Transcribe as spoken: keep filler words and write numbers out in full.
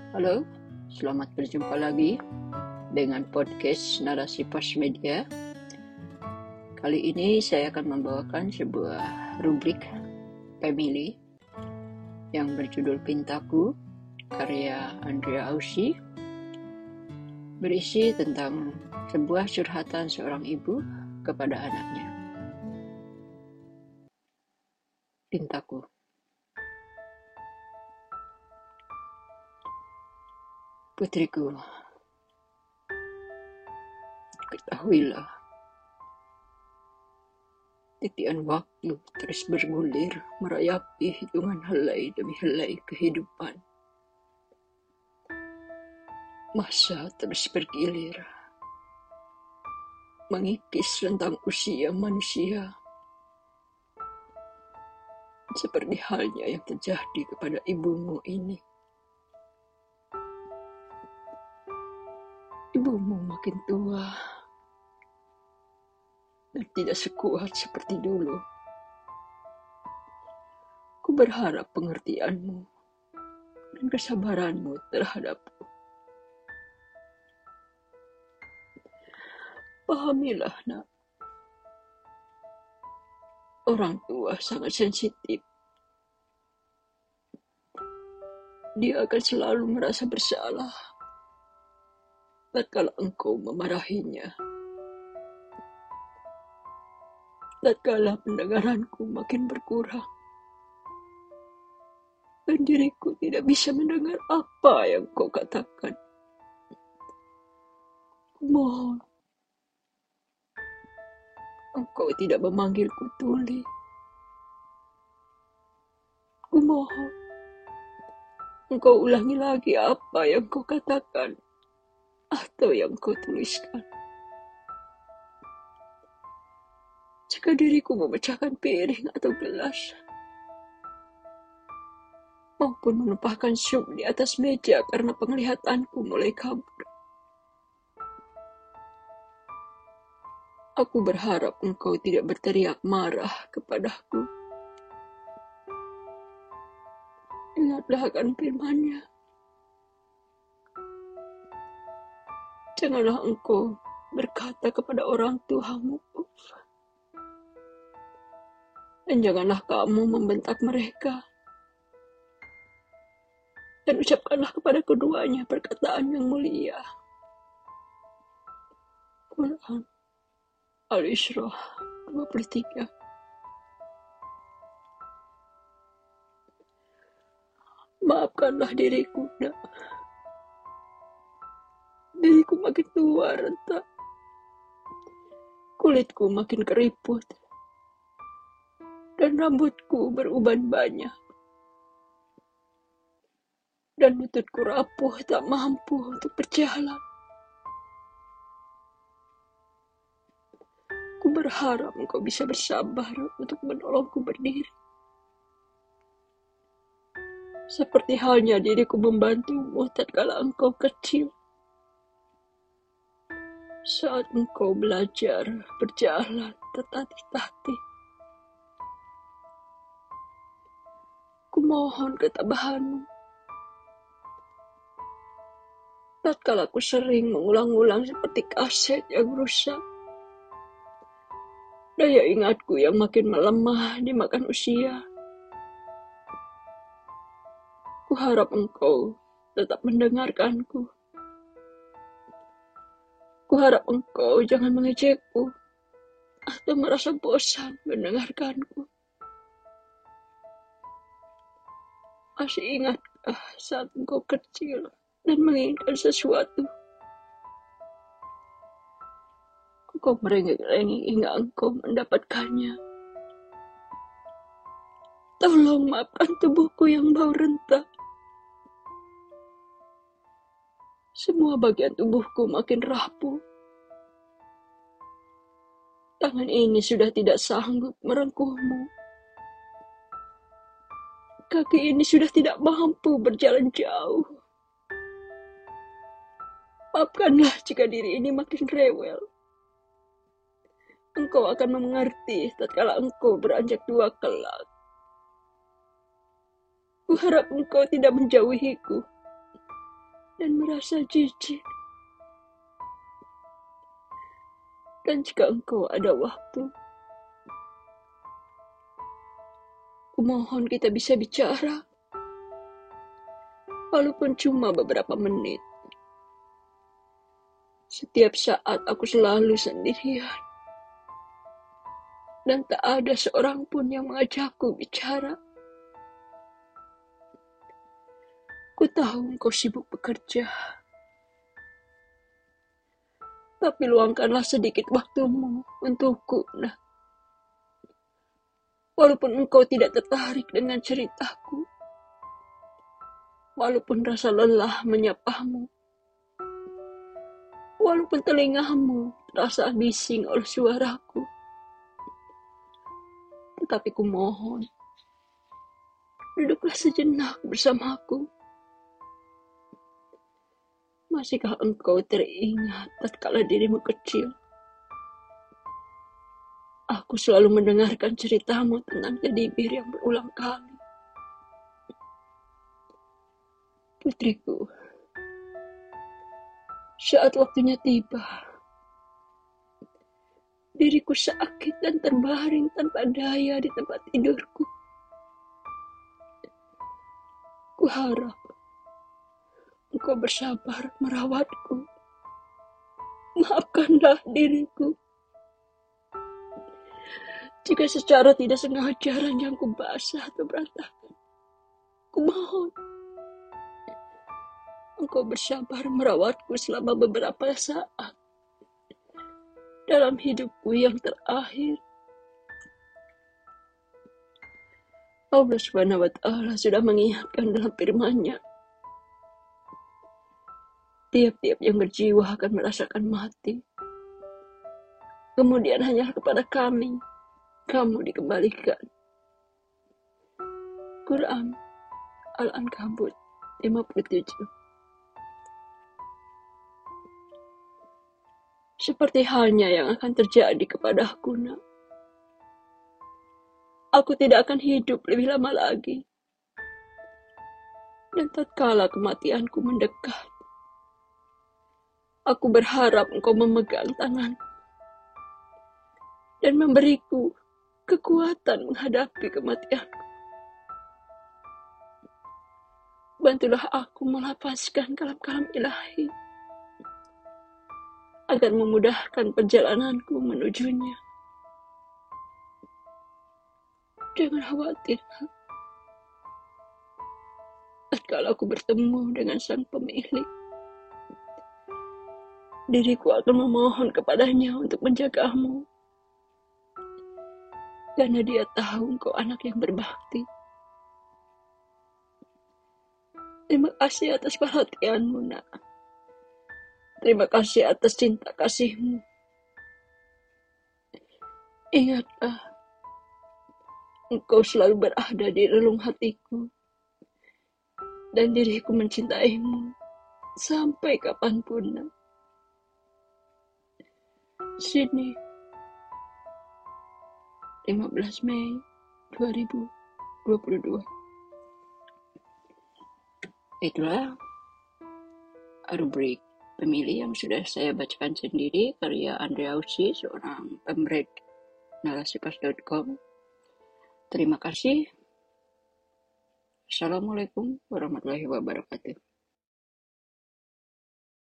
Halo, selamat berjumpa lagi dengan podcast Narasi Pos Media. Kali ini saya akan membawakan sebuah rubrik family yang berjudul Pintaku, karya Andrea Ausi, berisi tentang sebuah curhatan seorang ibu kepada anaknya. Pintaku. Putriku, ketahuilah, titian waktu terus bergulir merayapi hitungan helai demi helai kehidupan. Masa terus bergilir, mengikis rentang usia manusia, seperti halnya yang terjadi kepada ibumu ini. Ibumu makin tua dan tidak sekuat seperti dulu. Ku berharap pengertianmu dan kesabaranmu terhadapku. Pahamilah, nak. Orang tua sangat sensitif. Dia akan selalu merasa bersalah tatkala engkau memarahinya. Tatkala pendengaranku makin berkurang dan diriku tidak bisa mendengar apa yang kau katakan. Kumohon, engkau tidak memanggilku Tuli. Kumohon, engkau ulangi lagi apa yang kau katakan atau yang kau tuliskan. Jika diriku memecahkan piring atau gelas, maupun menumpahkan sup di atas meja karena penglihatanku mulai kabur, aku berharap engkau tidak berteriak marah kepadaku. Ingatlah akan firman-Nya. Janganlah engkau berkata kepada orang tuamu, "Uf." Dan janganlah kamu membentak mereka. Dan ucapkanlah kepada keduanya perkataan yang mulia. Quran Al-Isra dua puluh tiga. Maafkanlah diriku, nak. Diriku makin tua renta. Kulitku makin keriput. Dan rambutku beruban banyak. Dan lututku rapuh tak mampu untuk berjalan. Ku berharap engkau bisa bersabar untuk menolongku berdiri. Seperti halnya diriku membantumu tatkala engkau kecil. Saat engkau belajar berjalan tertatih-tatih. Kumohon ketabahanmu. Tatkala aku sering mengulang-ulang seperti kaset yang rusak. Daya ingatku yang makin melemah dimakan usia. Kuharap engkau tetap mendengarkanku. Kuharap engkau jangan mengejekku atau merasa bosan mendengarkanku. Masih ingatkah saat engkau kecil dan menginginkan sesuatu? Engkau merengek-rengek hingga engkau mendapatkannya. Tolong maafkan tubuhku yang bau renta. Semua bagian tubuhku makin rapuh. Tangan ini sudah tidak sanggup merengkuhmu. Kaki ini sudah tidak mampu berjalan jauh. Maafkanlah jika diri ini makin rewel. Engkau akan mengerti tatkala engkau beranjak tua kelak. Kuharap engkau tidak menjauhiku. dan merasa jijik. Dan jika engkau ada waktu, kumohon kita bisa bicara, walaupun cuma beberapa menit. Setiap saat aku selalu sendirian, dan tak ada seorang pun yang mengajakku bicara. Ku tahu engkau sibuk bekerja, tapi luangkanlah sedikit waktumu untukku, nah. Walaupun engkau tidak tertarik dengan ceritaku, walaupun rasa lelah menyapamu, walaupun telingamu terasa bising oleh suaraku, tetapi ku mohon, duduklah sejenak bersamaku. Masihkah engkau teringat tatkala dirimu kecil? Aku selalu mendengarkan ceritamu tentang Kedibir yang berulang kali. Putriku, saat waktunya tiba, diriku sakit dan terbaring tanpa daya di tempat tidurku. Kuharap engkau bersabar merawatku. Maafkanlah diriku jika secara tidak sengaja ranjangku basah atau berantakan. Kumohon engkau bersabar merawatku selama beberapa saat dalam hidupku yang terakhir. Allah Subhanahu wa Ta'ala sudah mengingatkan dalam firman-Nya, tiap-tiap yang berjiwa akan merasakan mati. Kemudian hanya kepada kami kamu dikembalikan. Quran Al-Ankabut lima puluh tujuh. Seperti halnya yang akan terjadi kepadaku, nak. Aku tidak akan hidup lebih lama lagi. Dan tatkala kematianku mendekat, aku berharap engkau memegang tanganku dan memberiku kekuatan menghadapi kematianku. Bantulah aku melafazkan kalam-kalam ilahi agar memudahkan perjalananku menujunya. Jangan khawatir, tatkala aku bertemu dengan Sang Pemilik, diriku akan memohon kepadanya untuk menjagamu. Karena dia tahu engkau anak yang berbakti. Terima kasih atas perhatianmu, nak. Terima kasih atas cinta kasihmu. Ingatlah, engkau selalu berada di relung hatiku. Dan diriku mencintaimu sampai kapanpun, nak. Sini, lima belas Mei dua ribu dua puluh dua. Itulah rubrik pemilih yang sudah saya bacakan sendiri, karya Andrea Usi, seorang pemret narasipas dot com. Terima kasih. Assalamualaikum warahmatullahi wabarakatuh.